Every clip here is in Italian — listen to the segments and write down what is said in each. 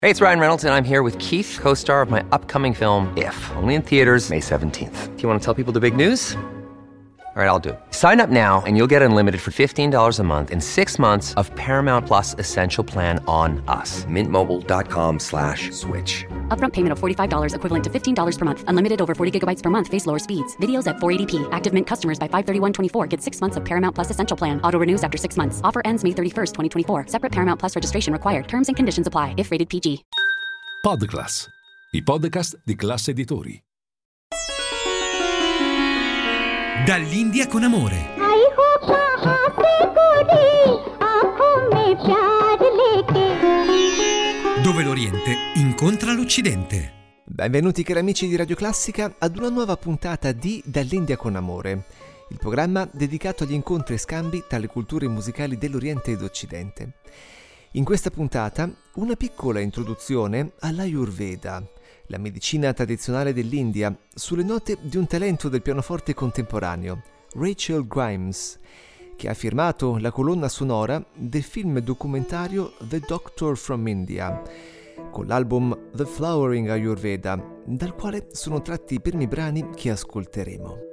Hey, it's Ryan Reynolds, and I'm here with Keith, co-star of my upcoming film, If, only in theaters May 17th. Do you want to tell people the big news? All right, I'll do it. Sign up now and you'll get unlimited for $15 a month and 6 months of Paramount Plus Essential Plan on us. MintMobile.com/switch. Upfront payment of $45 equivalent to $15 per month. Unlimited over 40 gigabytes per month. Face lower speeds. Videos at 480p. Active Mint customers by 531.24 get 6 months of Paramount Plus Essential Plan. Auto renews after 6 months. Offer ends May 31st, 2024. Separate Paramount Plus registration required. Terms and conditions apply if rated PG. Podclass, i podcast di Class Editori. Dall'India con amore. Dove l'Oriente incontra l'Occidente. Benvenuti cari amici di Radio Classica ad una nuova puntata di Dall'India con amore, il programma dedicato agli incontri e scambi tra le culture musicali dell'Oriente ed Occidente. In questa puntata una piccola introduzione all'Ayurveda, la medicina tradizionale dell'India, sulle note di un talento del pianoforte contemporaneo, Rachel Grimes, che ha firmato la colonna sonora del film documentario The Doctor from India, con l'album The Flowering Ayurveda, dal quale sono tratti i primi brani che ascolteremo.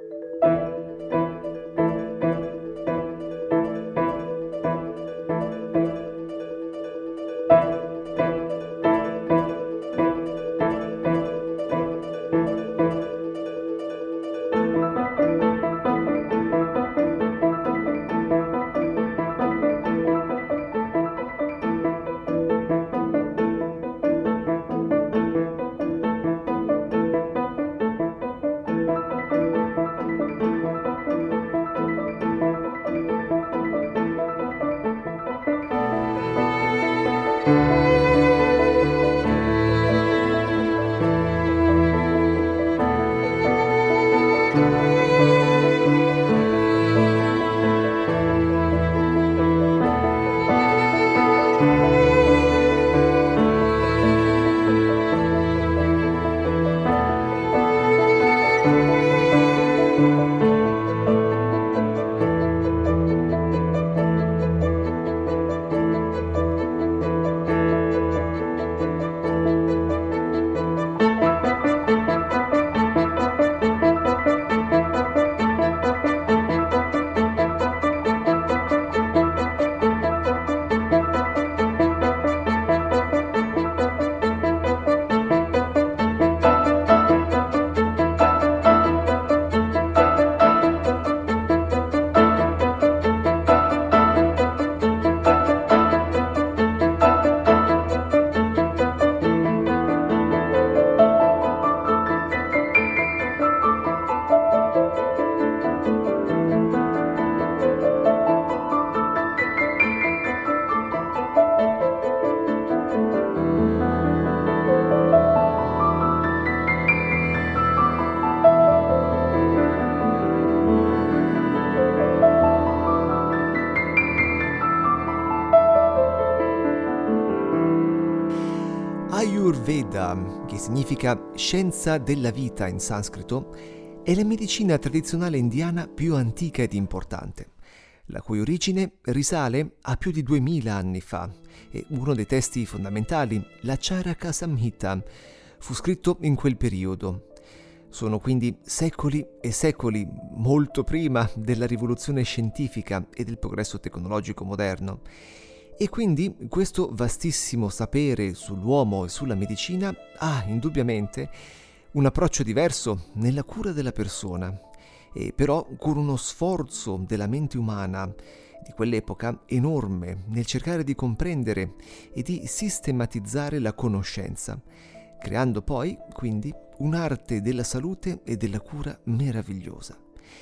Ayurveda, che significa scienza della vita in sanscrito, è la medicina tradizionale indiana più antica ed importante, la cui origine risale a più di 2000 anni fa e uno dei testi fondamentali, la Charaka Samhita, fu scritto in quel periodo. Sono quindi secoli e secoli, molto prima della rivoluzione scientifica e del progresso tecnologico moderno. E quindi questo vastissimo sapere sull'uomo e sulla medicina ha indubbiamente un approccio diverso nella cura della persona, e però con uno sforzo della mente umana di quell'epoca enorme nel cercare di comprendere e di sistematizzare la conoscenza, creando poi quindi un'arte della salute e della cura meravigliosa.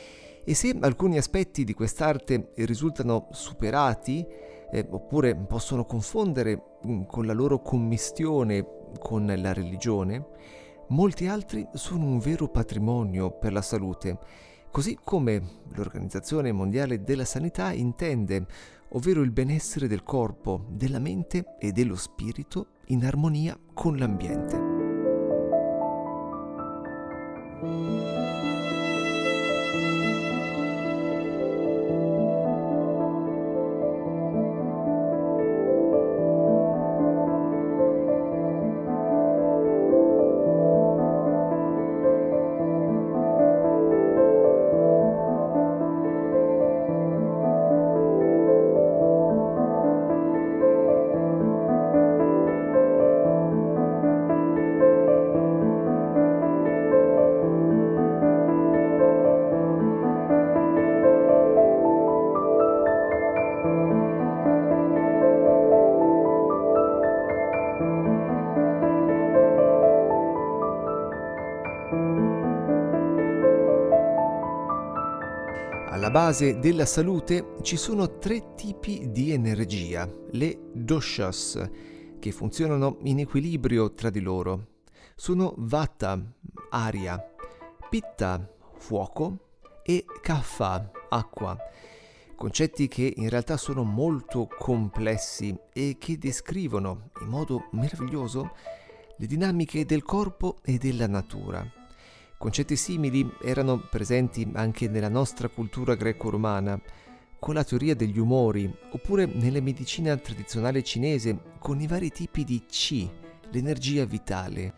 E se alcuni aspetti di quest'arte risultano superati, oppure possono confondere con la loro commistione con la religione, molti altri sono un vero patrimonio per la salute, così come l'Organizzazione Mondiale della Sanità intende, ovvero il benessere del corpo, della mente e dello spirito in armonia con l'ambiente. Alla base della salute ci sono 3 tipi di energia, le doshas, che funzionano in equilibrio tra di loro. Sono Vata, aria, Pitta, fuoco e Kapha, acqua. Concetti che in realtà sono molto complessi e che descrivono in modo meraviglioso le dinamiche del corpo e della natura. Concetti simili erano presenti anche nella nostra cultura greco-romana, con la teoria degli umori, oppure nella medicina tradizionale cinese, con i vari tipi di Qi, l'energia vitale.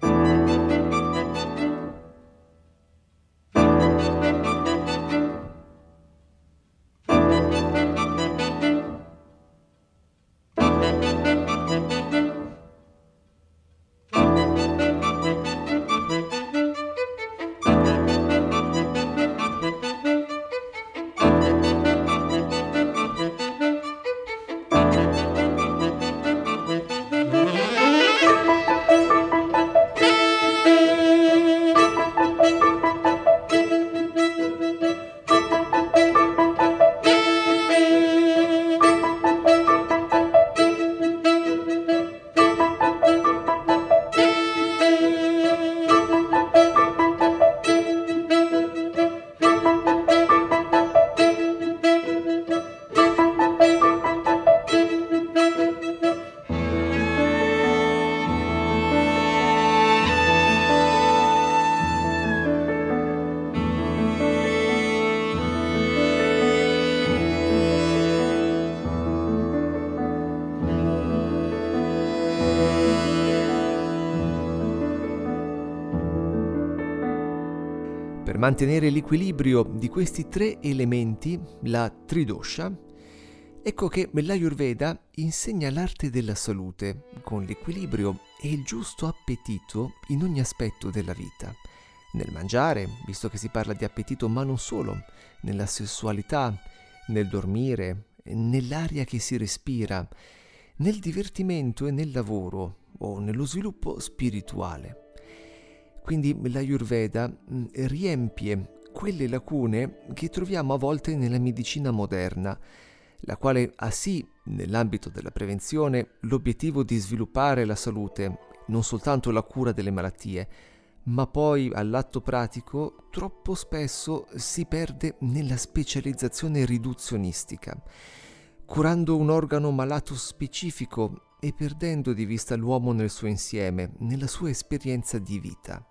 Per mantenere l'equilibrio di questi 3 elementi, la Tridosha, ecco che l'Ayurveda insegna l'arte della salute, con l'equilibrio e il giusto appetito in ogni aspetto della vita. Nel mangiare, visto che si parla di appetito, ma non solo, nella sessualità, nel dormire, nell'aria che si respira, nel divertimento e nel lavoro o nello sviluppo spirituale. Quindi l'Ayurveda riempie quelle lacune che troviamo a volte nella medicina moderna, la quale ha sì, nell'ambito della prevenzione, l'obiettivo di sviluppare la salute, non soltanto la cura delle malattie, ma poi all'atto pratico troppo spesso si perde nella specializzazione riduzionistica, curando un organo malato specifico e perdendo di vista l'uomo nel suo insieme, nella sua esperienza di vita.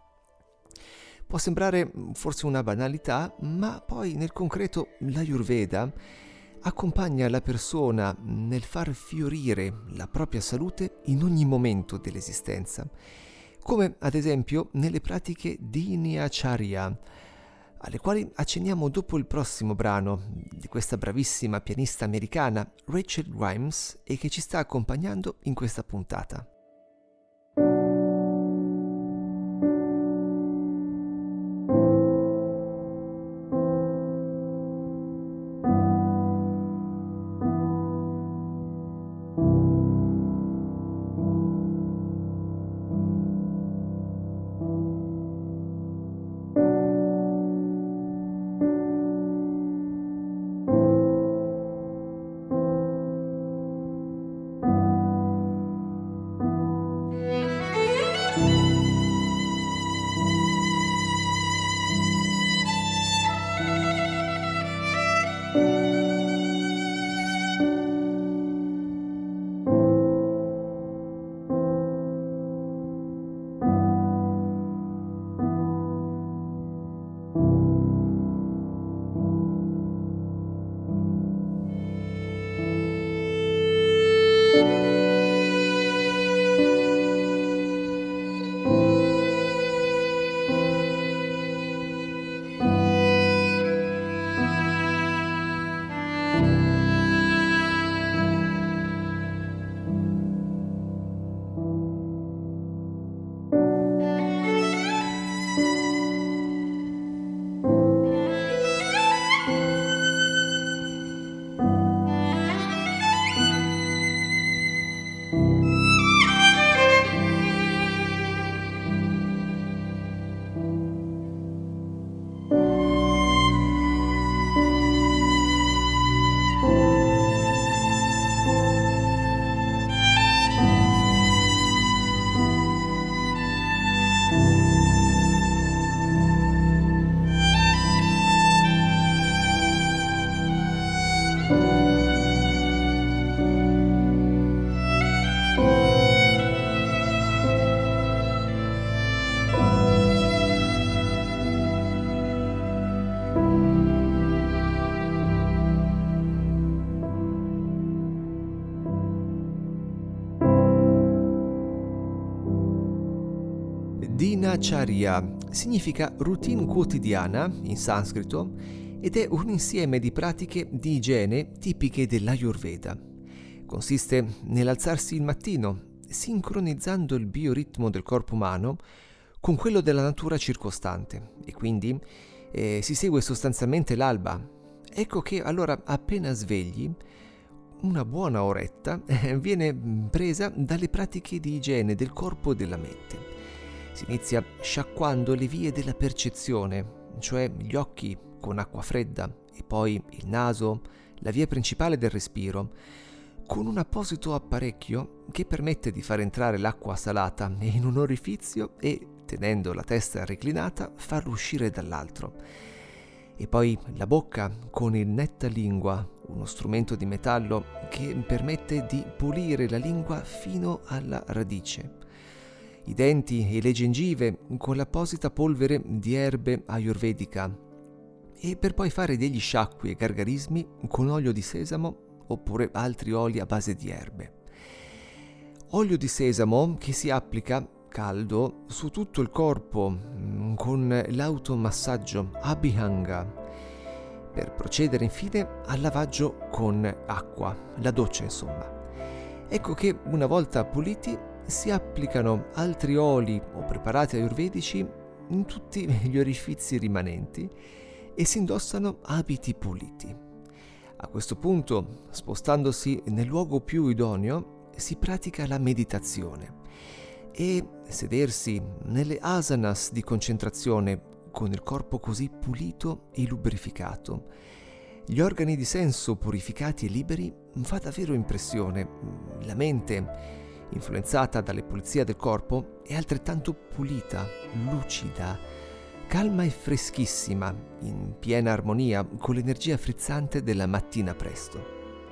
Può sembrare forse una banalità, ma poi nel concreto l'Ayurveda accompagna la persona nel far fiorire la propria salute in ogni momento dell'esistenza, come ad esempio nelle pratiche Dinacharya, alle quali accenniamo dopo il prossimo brano di questa bravissima pianista americana Rachel Grimes e che ci sta accompagnando in questa puntata. Dinacharya significa routine quotidiana in sanscrito ed è un insieme di pratiche di igiene tipiche dell'Ayurveda. Consiste nell'alzarsi il mattino, sincronizzando il bioritmo del corpo umano con quello della natura circostante e quindi si segue sostanzialmente l'alba. Ecco che allora appena svegli, una buona oretta viene presa dalle pratiche di igiene del corpo e della mente. Si inizia sciacquando le vie della percezione, cioè gli occhi con acqua fredda e poi il naso, la via principale del respiro, con un apposito apparecchio che permette di far entrare l'acqua salata in un orifizio e, tenendo la testa reclinata, farlo uscire dall'altro. E poi la bocca con il nettalingua, uno strumento di metallo che permette di pulire la lingua fino alla radice. I denti e le gengive con l'apposita polvere di erbe ayurvedica e per poi fare degli sciacqui e gargarismi con olio di sesamo oppure altri oli a base di erbe. Olio di sesamo che si applica caldo su tutto il corpo con l'automassaggio Abhyanga per procedere infine al lavaggio con acqua, la doccia insomma. Ecco che una volta puliti si applicano altri oli o preparati ayurvedici in tutti gli orifizi rimanenti e si indossano abiti puliti. A questo punto, spostandosi nel luogo più idoneo, si pratica la meditazione e sedersi nelle asanas di concentrazione con il corpo così pulito e lubrificato. Gli organi di senso purificati e liberi fa davvero impressione. La mente, influenzata dalle pulizie del corpo, è altrettanto pulita, lucida, calma e freschissima, in piena armonia con l'energia frizzante della mattina presto.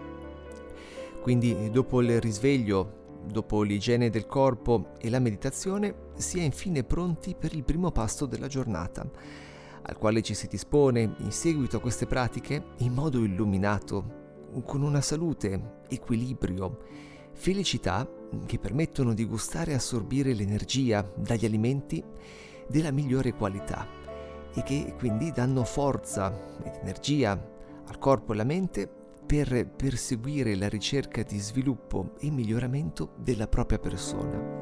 Quindi, dopo il risveglio, dopo l'igiene del corpo e la meditazione, si è infine pronti per il primo pasto della giornata, al quale ci si dispone in seguito a queste pratiche in modo illuminato, con una salute, equilibrio, felicità che permettono di gustare e assorbire l'energia dagli alimenti della migliore qualità e che quindi danno forza ed energia al corpo e alla mente per perseguire la ricerca di sviluppo e miglioramento della propria persona.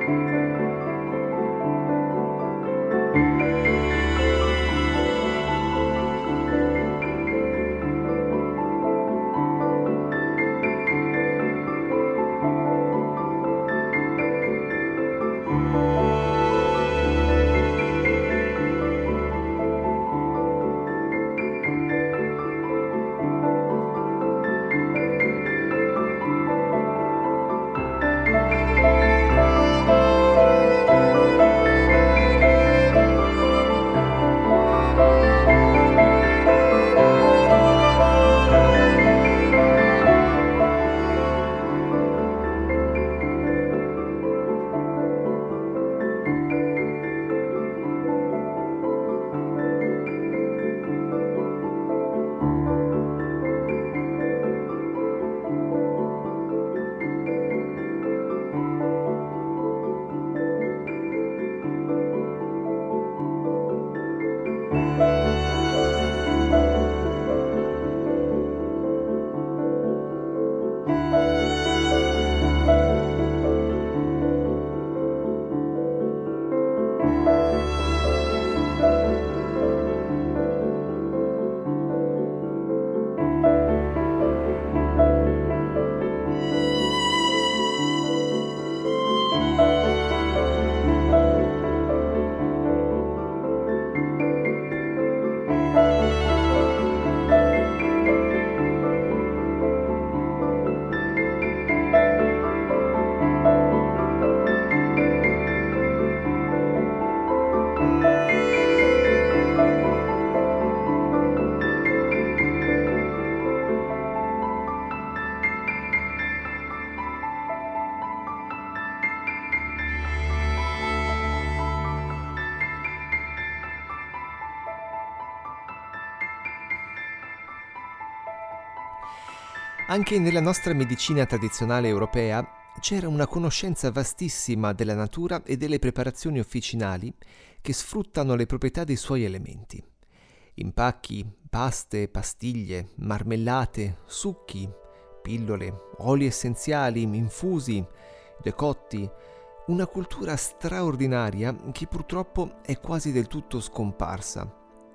Anche nella nostra medicina tradizionale europea c'era una conoscenza vastissima della natura e delle preparazioni officinali che sfruttano le proprietà dei suoi elementi. Impacchi, paste, pastiglie, marmellate, succhi, pillole, oli essenziali, infusi, decotti, una cultura straordinaria che purtroppo è quasi del tutto scomparsa,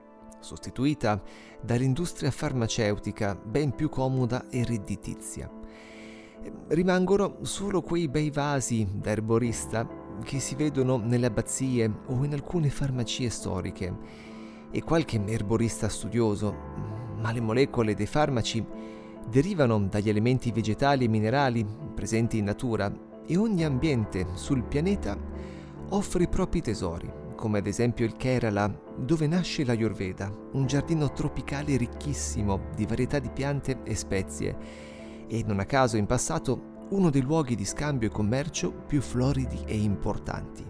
sostituita dall'industria farmaceutica ben più comoda e redditizia. Rimangono solo quei bei vasi da erborista che si vedono nelle abbazie o in alcune farmacie storiche e qualche erborista studioso, ma le molecole dei farmaci derivano dagli elementi vegetali e minerali presenti in natura e ogni ambiente sul pianeta offre i propri tesori, come ad esempio il Kerala, dove nasce l'Ayurveda, un giardino tropicale ricchissimo di varietà di piante e spezie, e non a caso in passato uno dei luoghi di scambio e commercio più floridi e importanti.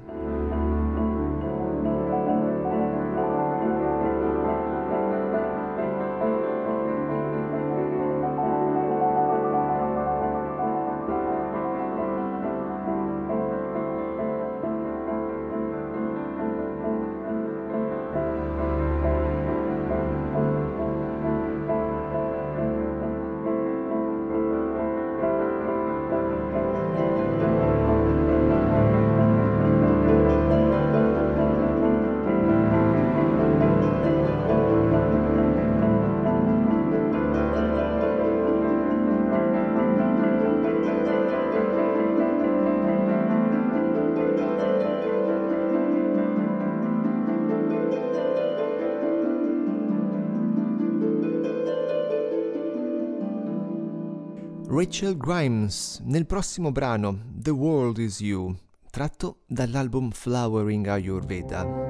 Rachel Grimes nel prossimo brano The World Is You, tratto dall'album Flowering Ayurveda.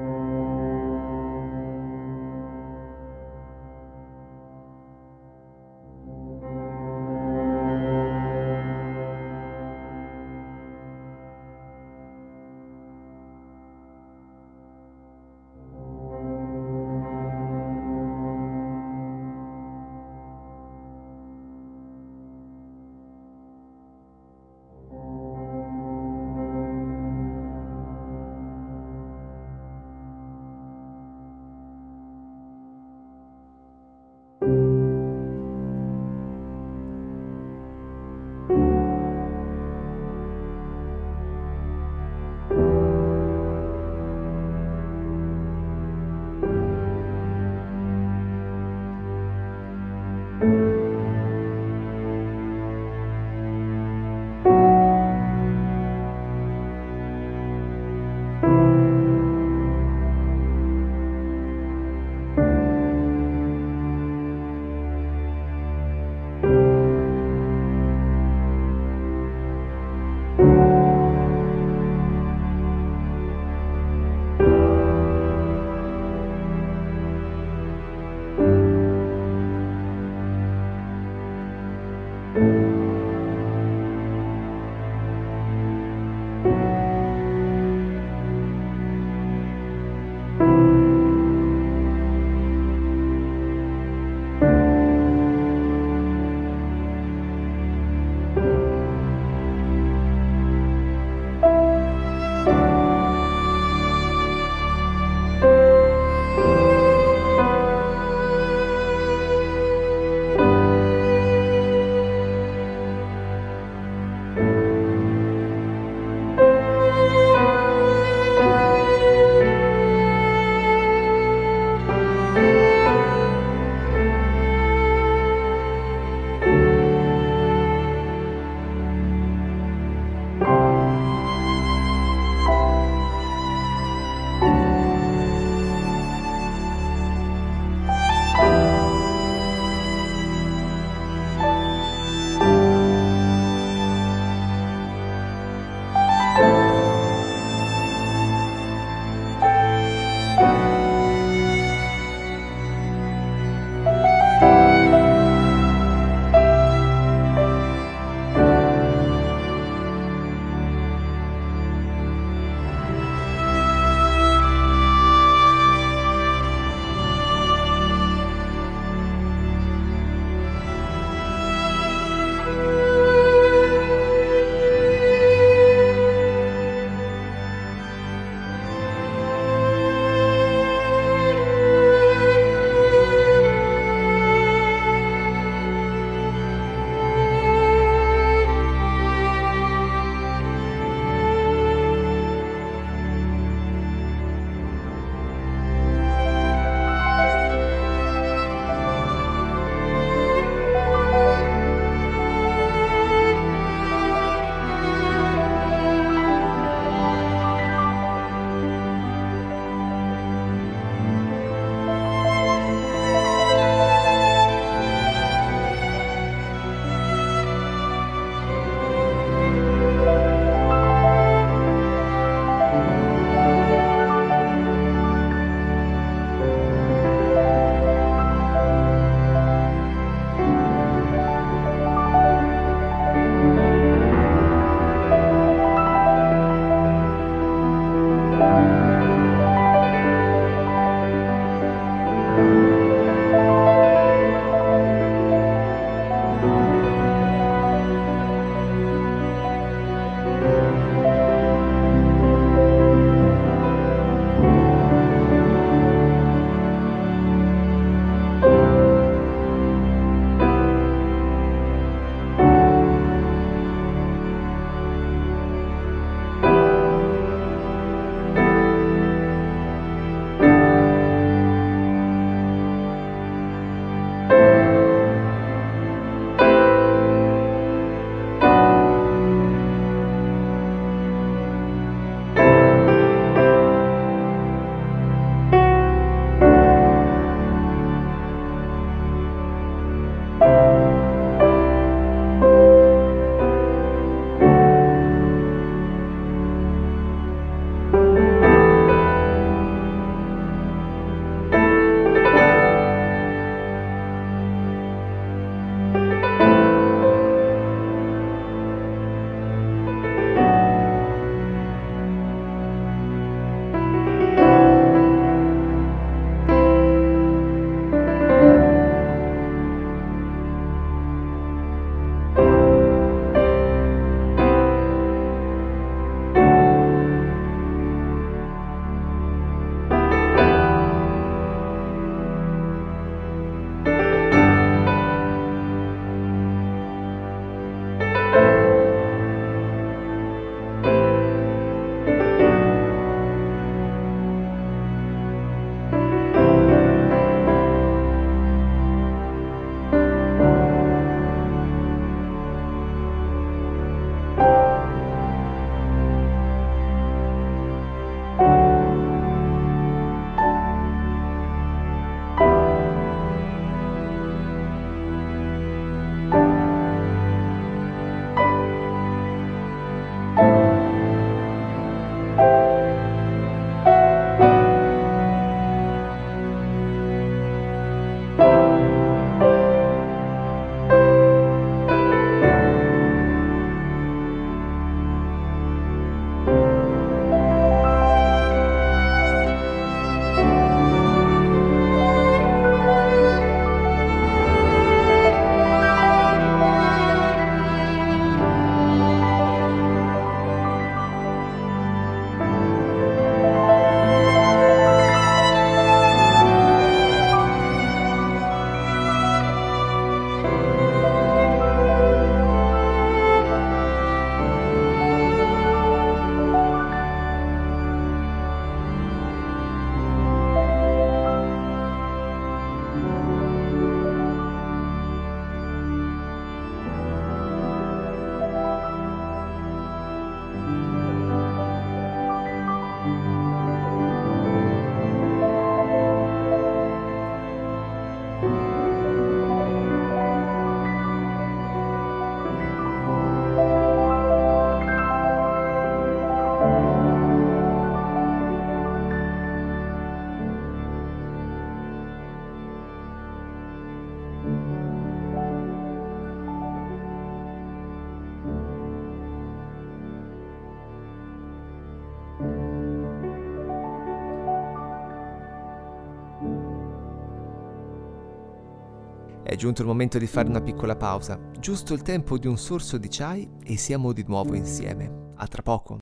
È giunto il momento di fare una piccola pausa, giusto il tempo di un sorso di chai e siamo di nuovo insieme. A tra poco.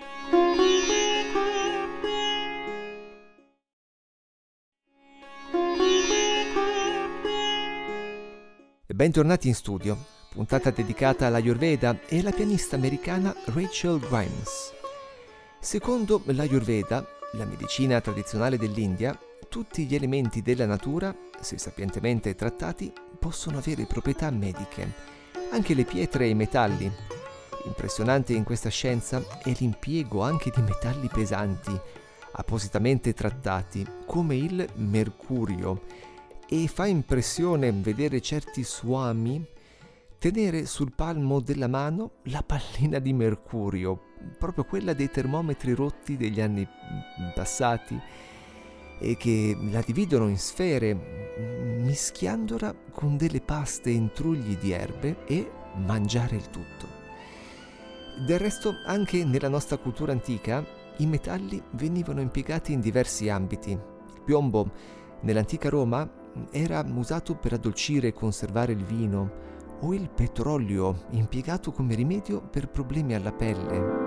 Bentornati in studio, puntata dedicata all'Ayurveda e alla pianista americana Rachel Grimes. Secondo l'Ayurveda, la medicina tradizionale dell'India, tutti gli elementi della natura, se sapientemente trattati, possono avere proprietà mediche, anche le pietre e i metalli. Impressionante in questa scienza è l'impiego anche di metalli pesanti, appositamente trattati, come il mercurio, e fa impressione vedere certi swami tenere sul palmo della mano la pallina di mercurio, proprio quella dei termometri rotti degli anni passati, e che la dividono in sfere, mischiandola con delle paste in trugli di erbe e mangiare il tutto. Del resto, anche nella nostra cultura antica, i metalli venivano impiegati in diversi ambiti. Il piombo, nell'antica Roma, era usato per addolcire e conservare il vino, o il petrolio, impiegato come rimedio per problemi alla pelle.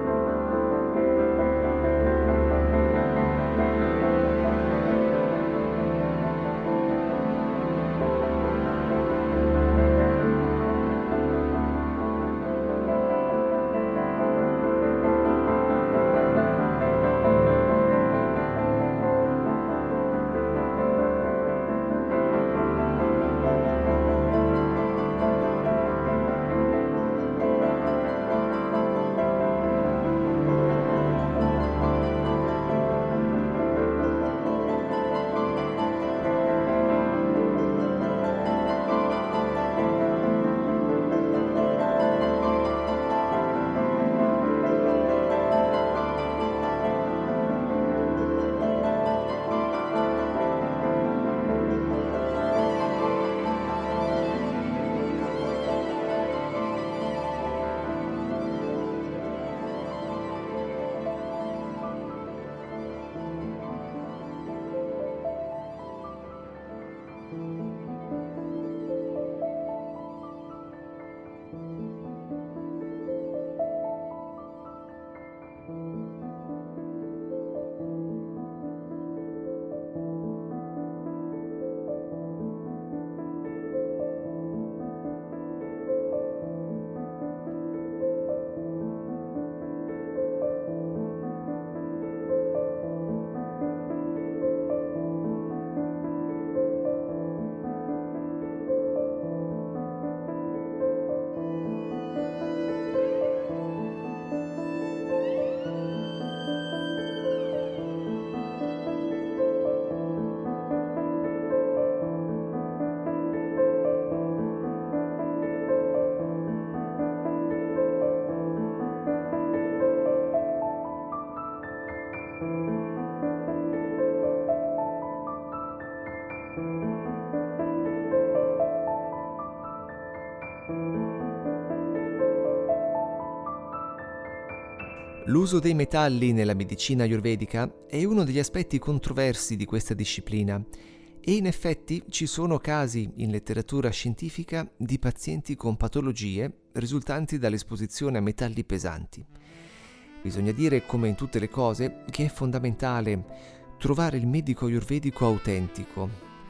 L'uso dei metalli nella medicina ayurvedica è uno degli aspetti controversi di questa disciplina e in effetti ci sono casi in letteratura scientifica di pazienti con patologie risultanti dall'esposizione a metalli pesanti. Bisogna dire, come in tutte le cose, che è fondamentale trovare il medico ayurvedico autentico,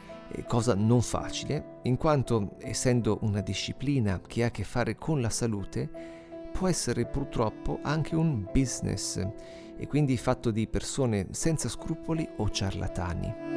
cosa non facile, in quanto, essendo una disciplina che ha a che fare con la salute, può essere purtroppo anche un business e quindi fatto di persone senza scrupoli o ciarlatani.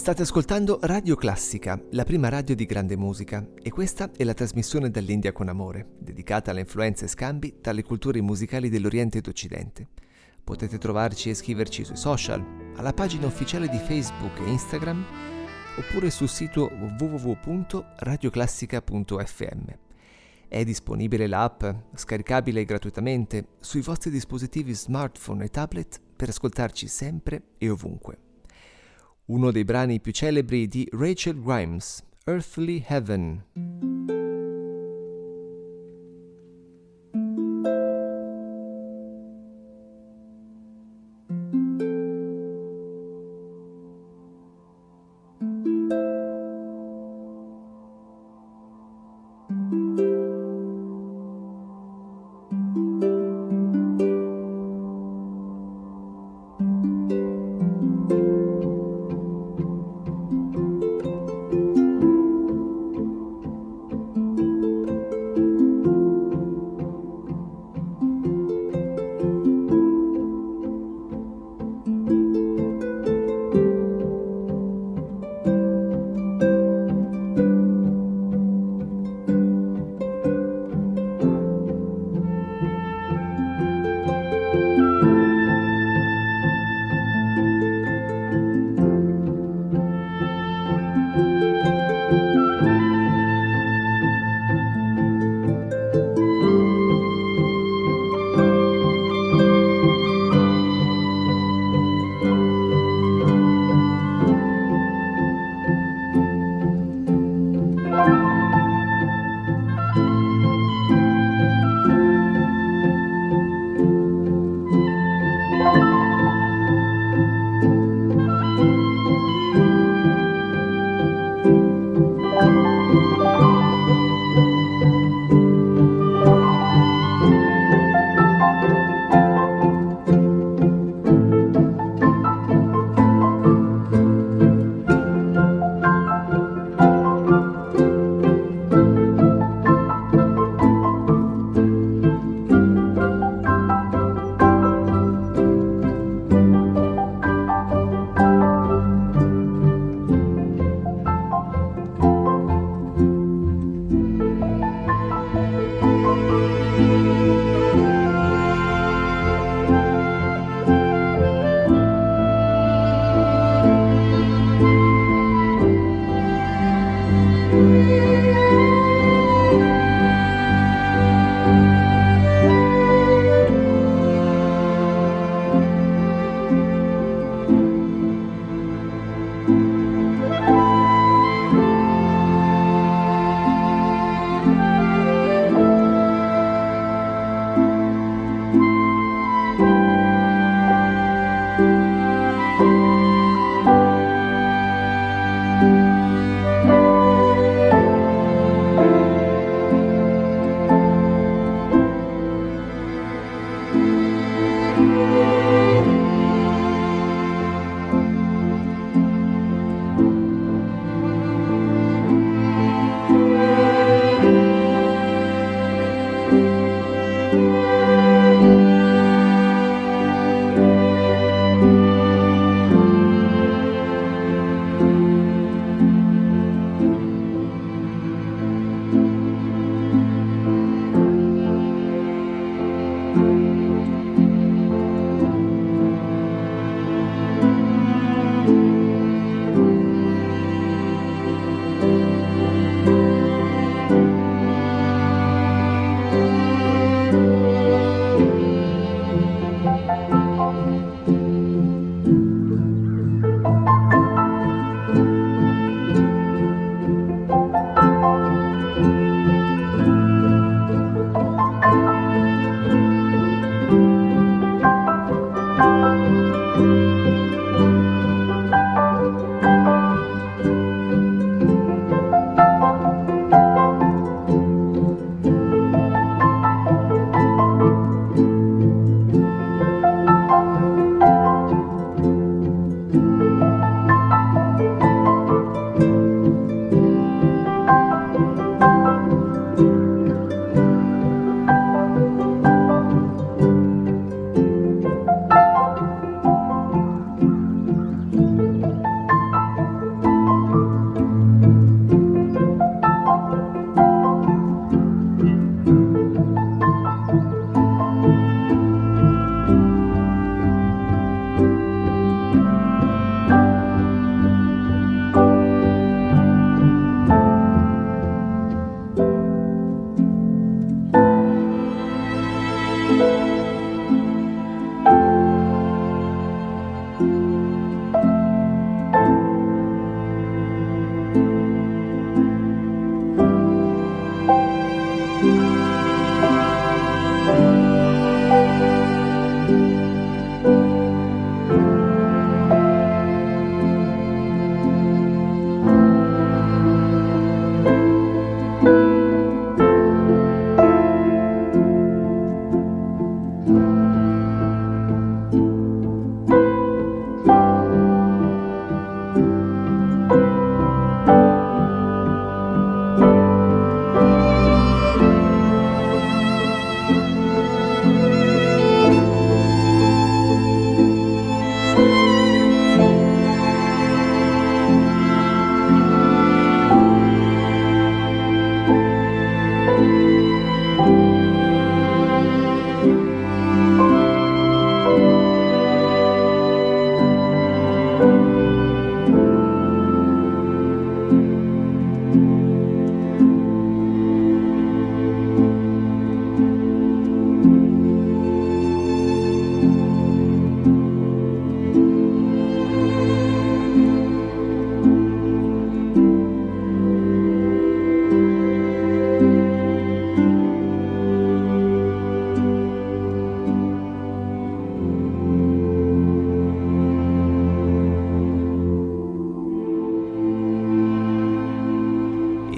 State ascoltando Radio Classica, la prima radio di grande musica, e questa è la trasmissione Dall'India con amore, dedicata alle influenze e scambi tra le culture musicali dell'Oriente ed Occidente. Potete trovarci e scriverci sui social, alla pagina ufficiale di Facebook e Instagram, oppure sul sito www.radioclassica.fm. È disponibile l'app, scaricabile gratuitamente, sui vostri dispositivi smartphone e tablet per ascoltarci sempre e ovunque. Uno dei brani più celebri di Rachel Grimes, Earthly Heaven.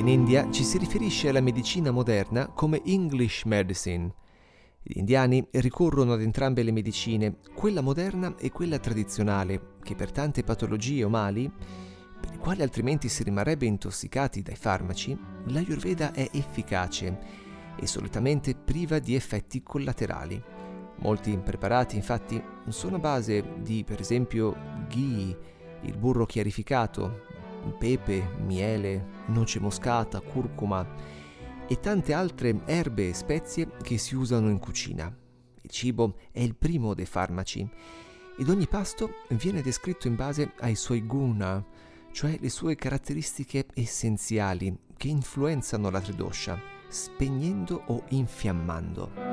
In India ci si riferisce alla medicina moderna come English medicine. Gli indiani ricorrono ad entrambe le medicine, quella moderna e quella tradizionale, che per tante patologie o mali, per i quali altrimenti si rimarrebbe intossicati dai farmaci, l'Ayurveda è efficace e solitamente priva di effetti collaterali. Molti preparati infatti sono a base di, per esempio, ghee, il burro chiarificato, pepe, miele, noce moscata, curcuma e tante altre erbe e spezie che si usano in cucina. Il cibo è il primo dei farmaci ed ogni pasto viene descritto in base ai suoi guna, cioè le sue caratteristiche essenziali che influenzano la tridosha, spegnendo o infiammando.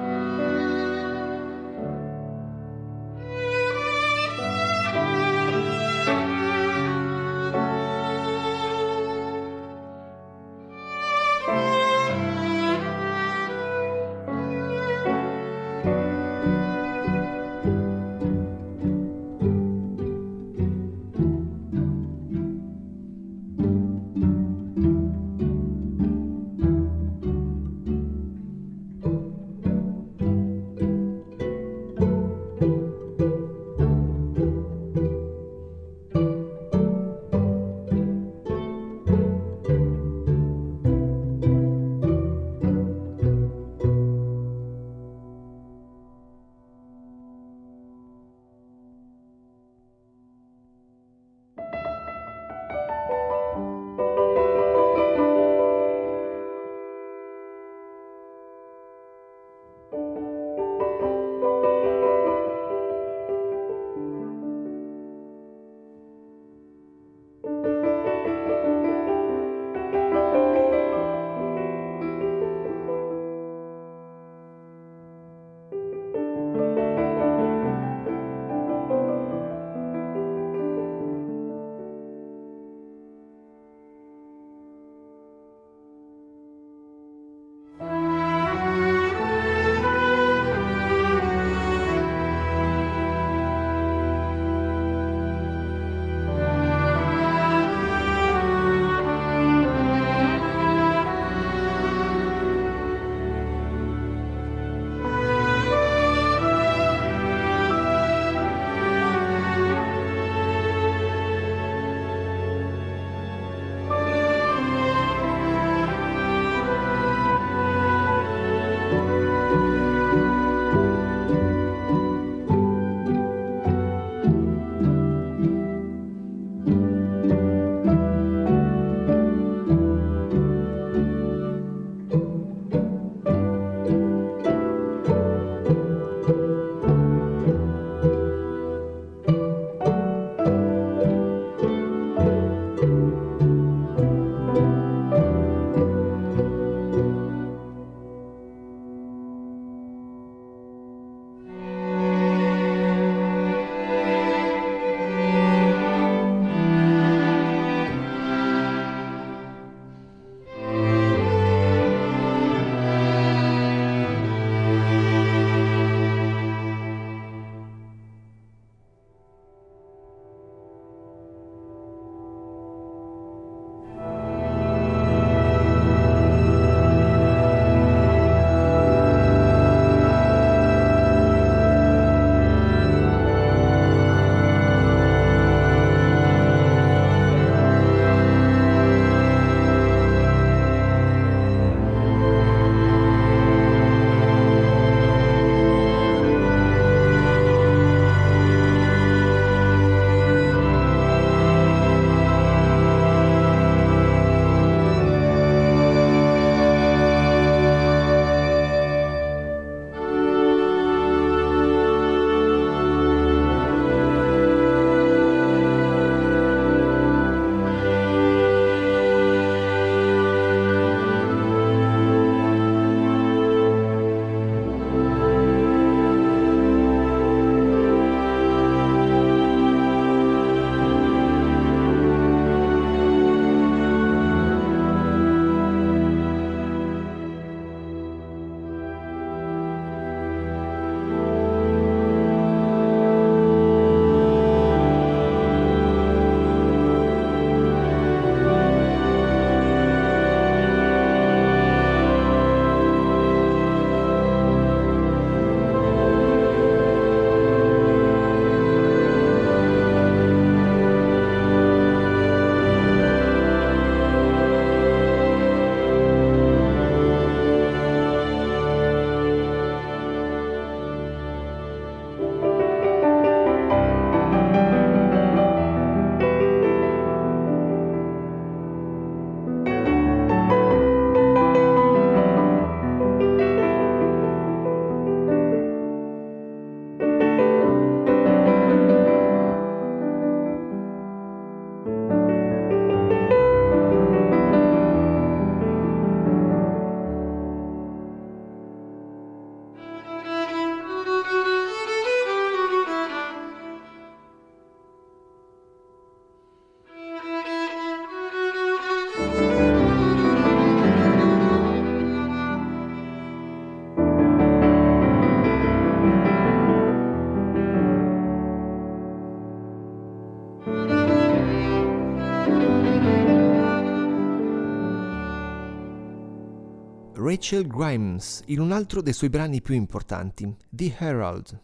Rachel Grimes in un altro dei suoi brani più importanti, The Herald.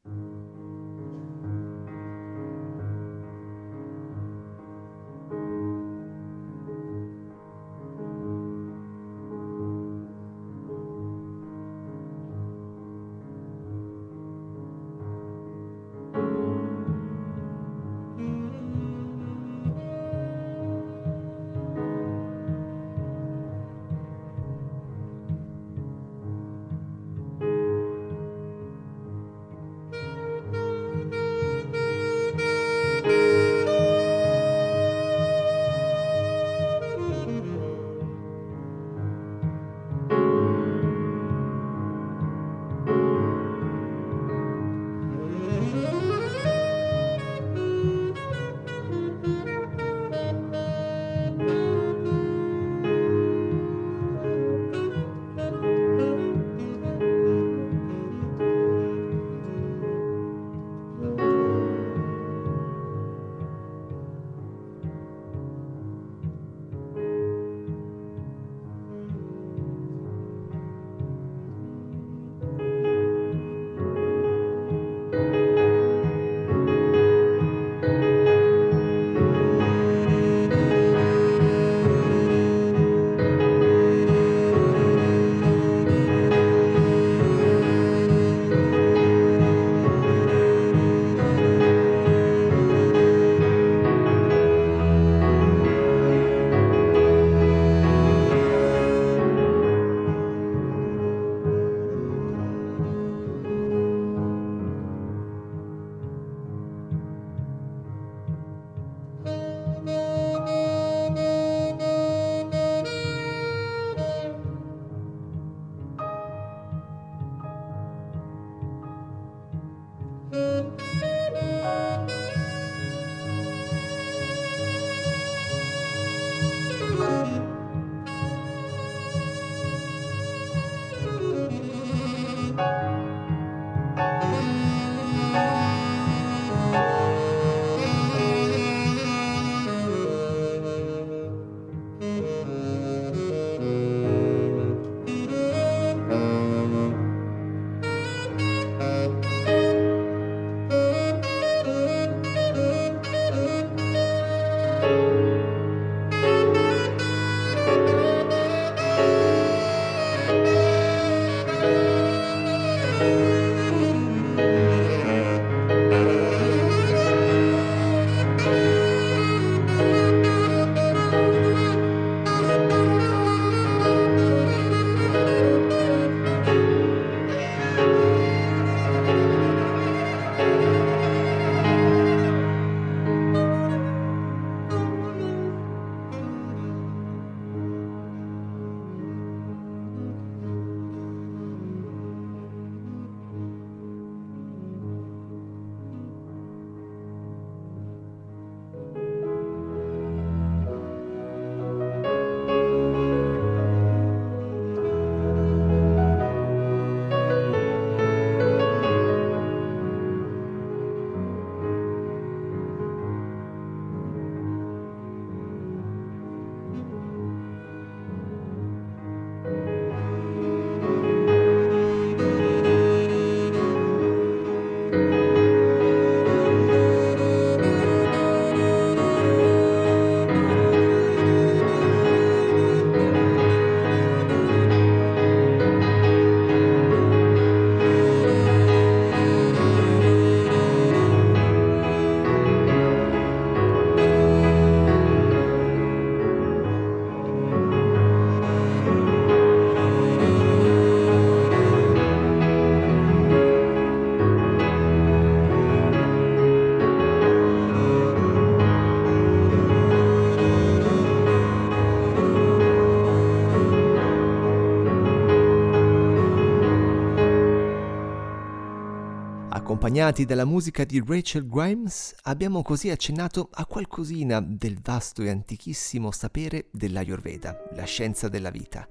Accompagnati dalla musica di Rachel Grimes, abbiamo così accennato a qualcosina del vasto e antichissimo sapere dell'Ayurveda, la scienza della vita.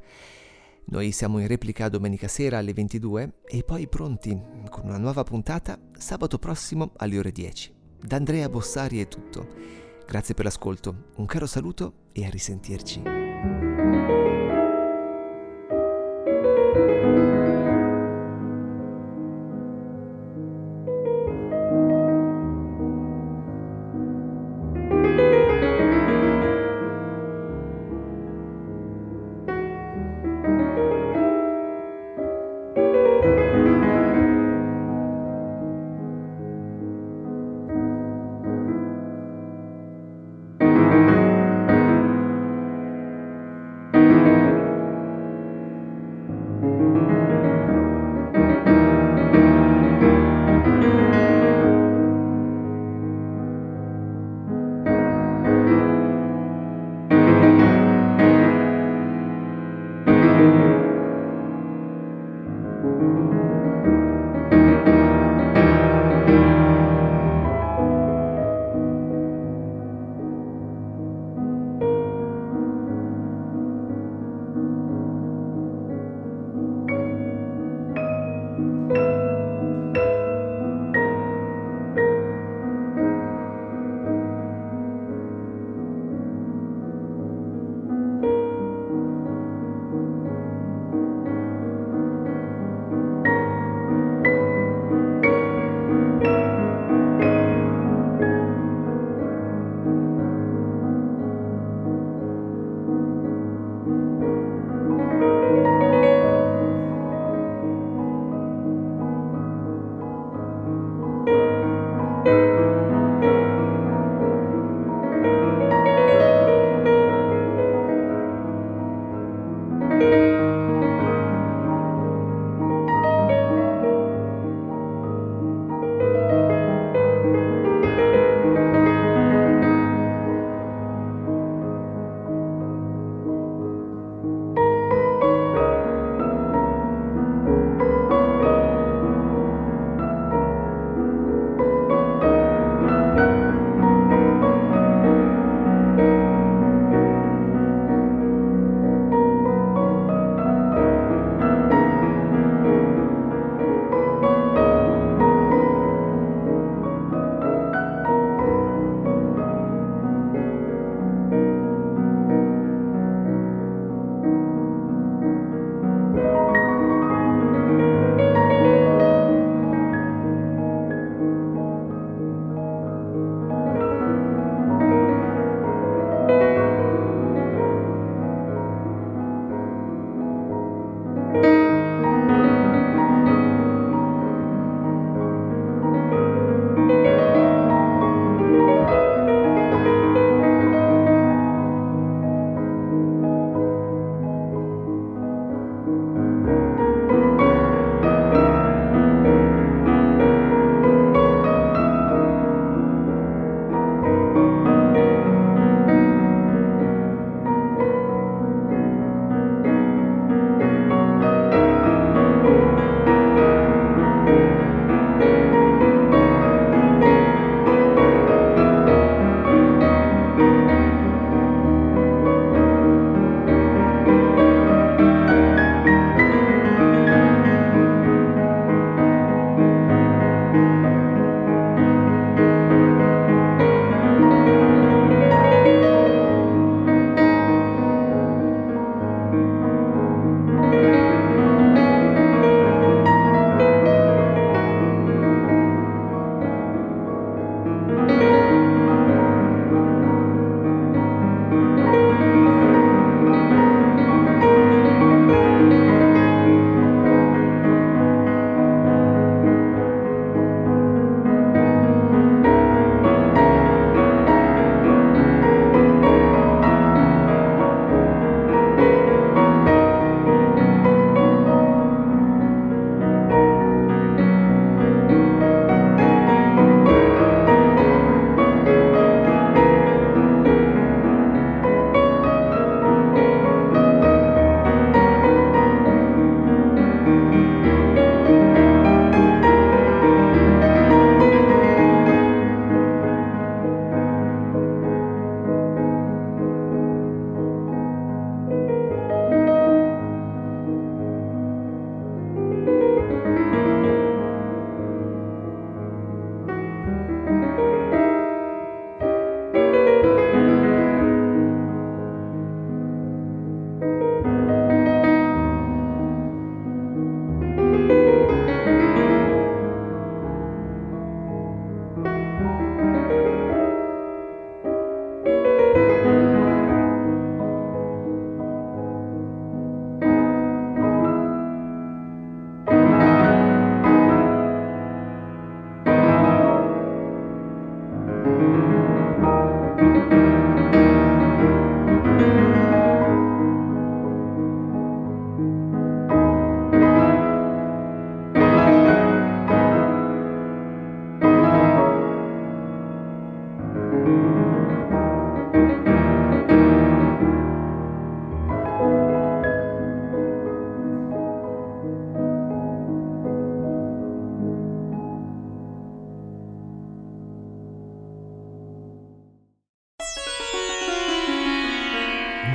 Noi siamo in replica domenica sera alle 22 e poi pronti con una nuova puntata sabato prossimo alle ore 10. Da Andrea Bossari è tutto. Grazie per l'ascolto, un caro saluto e a risentirci.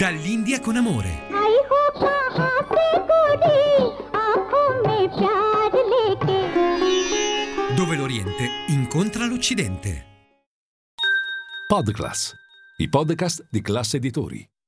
Dall'India con amore. Dove l'Oriente incontra l'Occidente. Podcast, i podcast di Classe Editori.